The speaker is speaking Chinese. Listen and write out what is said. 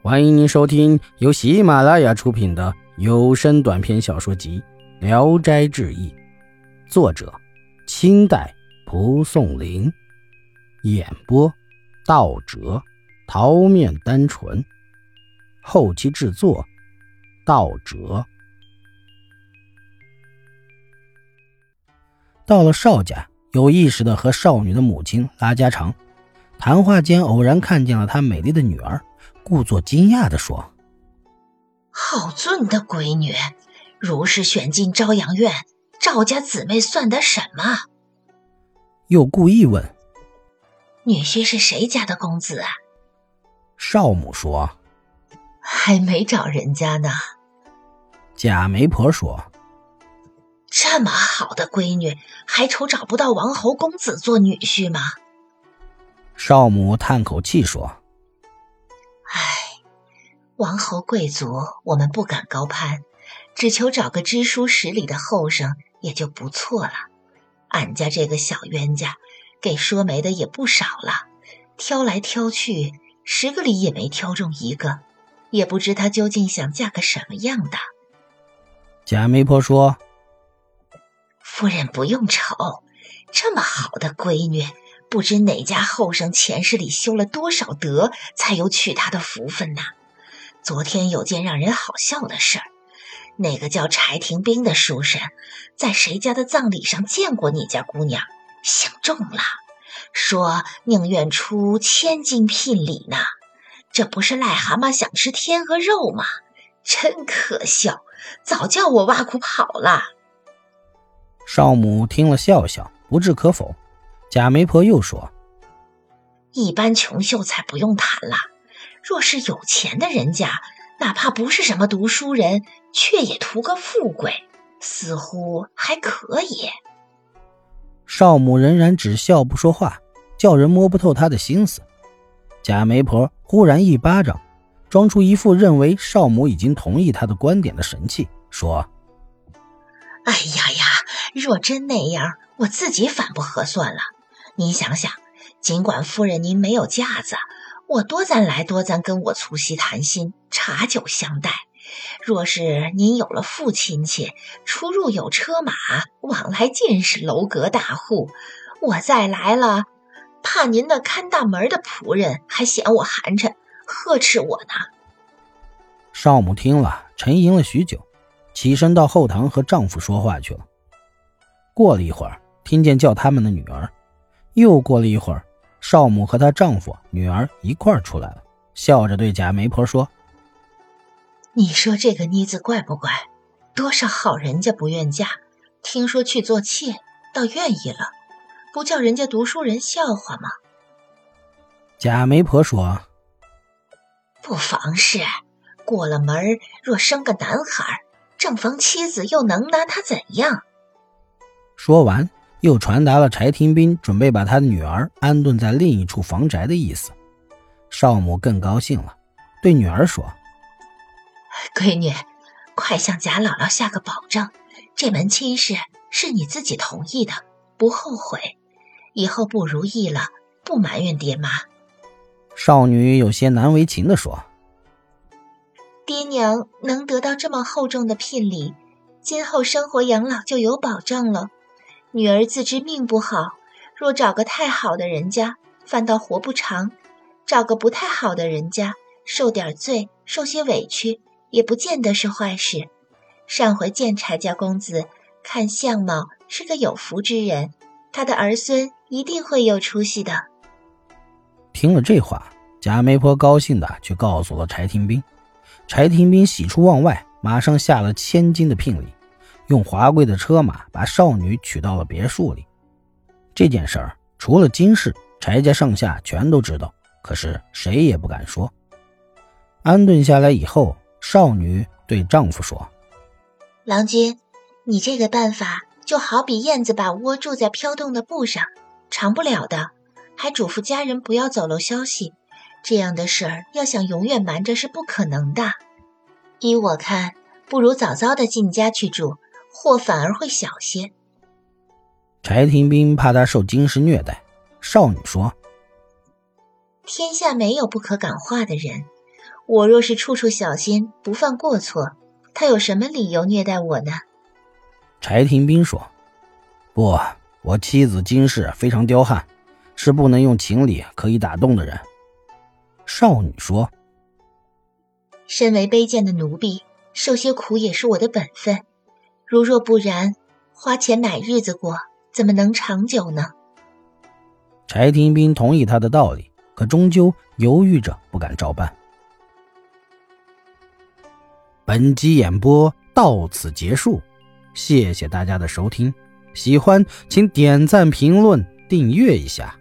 欢迎您收听由喜马拉雅出品的有声短篇小说集《聊斋志异》，作者清代蒲松龄，演播道哲、桃面单纯，后期制作道哲。到了邵家，有意识地和少女的母亲拉家常，谈话间偶然看见了她美丽的女儿，故作惊讶地说： 好俊的闺女，如是选进朝阳院，赵家姊妹算得什么？ 又故意问： 女婿是谁家的公子啊？ 少母说： 还没找人家呢。 贾媒婆说： 这么好的闺女，还愁找不到王侯公子做女婿吗？ 少母叹口气说： 王侯贵族我们不敢高攀，只求找个知书识礼的后生也就不错了。俺家这个小冤家给说媒的也不少了，挑来挑去10个里也没挑中一个，也不知他究竟想嫁个什么样的。 贾媒婆说： 夫人不用愁，这么好的闺女，不知哪家后生前世里修了多少德，才有娶她的福分呐。昨天有件让人好笑的事儿，那个叫柴廷宾的书生，在谁家的葬礼上见过你家姑娘，相中了，说宁愿出1000金聘礼呢。这不是癞蛤蟆想吃天鹅肉吗？真可笑，早叫我挖苦跑了。 少母听了笑笑，不置可否。贾媒婆又说： 一般穷秀才不用谈了，若是有钱的人家，哪怕不是什么读书人，却也图个富贵，似乎还可以。 少母仍然只笑不说话，叫人摸不透她的心思。贾媒婆忽然一巴掌，装出一副认为少母已经同意她的观点的神气，说： 哎呀呀，若真那样，我自己反不合算了。您想想，尽管夫人您没有架子，我多咱来多咱跟我促膝谈心，茶酒相待。若是您有了富亲戚，出入有车马，往来尽是楼阁大户，我再来了，怕您那看大门的仆人还嫌我寒碜，呵斥我呢。 少母听了，沉吟了许久，起身到后堂和丈夫说话去了。过了一会儿，听见叫他们的女儿。又过了一会儿，少母和她丈夫、女儿一块儿出来了，笑着对贾媒婆说： 你说这个妮子怪不怪？多少好人家不愿嫁，听说去做妾，倒愿意了，不叫人家读书人笑话吗？ 贾媒婆说： 不妨事，过了门若生个男孩，正逢妻子又能拿他怎样？ 说完又传达了柴廷宾准备把他的女儿安顿在另一处房宅的意思。少母更高兴了，对女儿说： 闺女，快向贾姥姥下个保证，这门亲事是你自己同意的，不后悔，以后不如意了，不埋怨爹妈。 少女有些难为情地说： 爹娘能得到这么厚重的聘礼，今后生活养老就有保障了。女儿自知命不好，若找个太好的人家，反倒活不长；找个不太好的人家，受点罪，受些委屈，也不见得是坏事。上回见柴家公子，看相貌是个有福之人，他的儿孙一定会有出息的。 听了这话，贾媒婆高兴地去告诉了柴廷宾。柴廷宾喜出望外，马上下了1000金的聘礼，用华贵的车马把少女娶到了别墅里。这件事儿除了金氏，柴家上下全都知道，可是谁也不敢说。安顿下来以后，少女对丈夫说： 郎君，你这个办法就好比燕子把窝住在飘动的布上，长不了的，还嘱咐家人不要走漏消息，这样的事儿要想永远瞒着是不可能的。依我看，不如早早的进家去住，祸反而会小些。 柴廷宾怕她受金氏虐待，少女说： 天下没有不可感化的人， 我若是处处小心，不犯过错，他有什么理由虐待我呢？ 柴廷斌说：不，我妻子金氏非常刁悍，是不能用情理可以打动的人。少女说： 身为卑贱的奴婢，受些苦也是我的本分，如若不然，花钱买日子过，怎么能长久呢？ 柴廷斌同意他的道理，可终究犹豫着不敢照办。本集演播到此结束，谢谢大家的收听，喜欢请点赞评论订阅一下。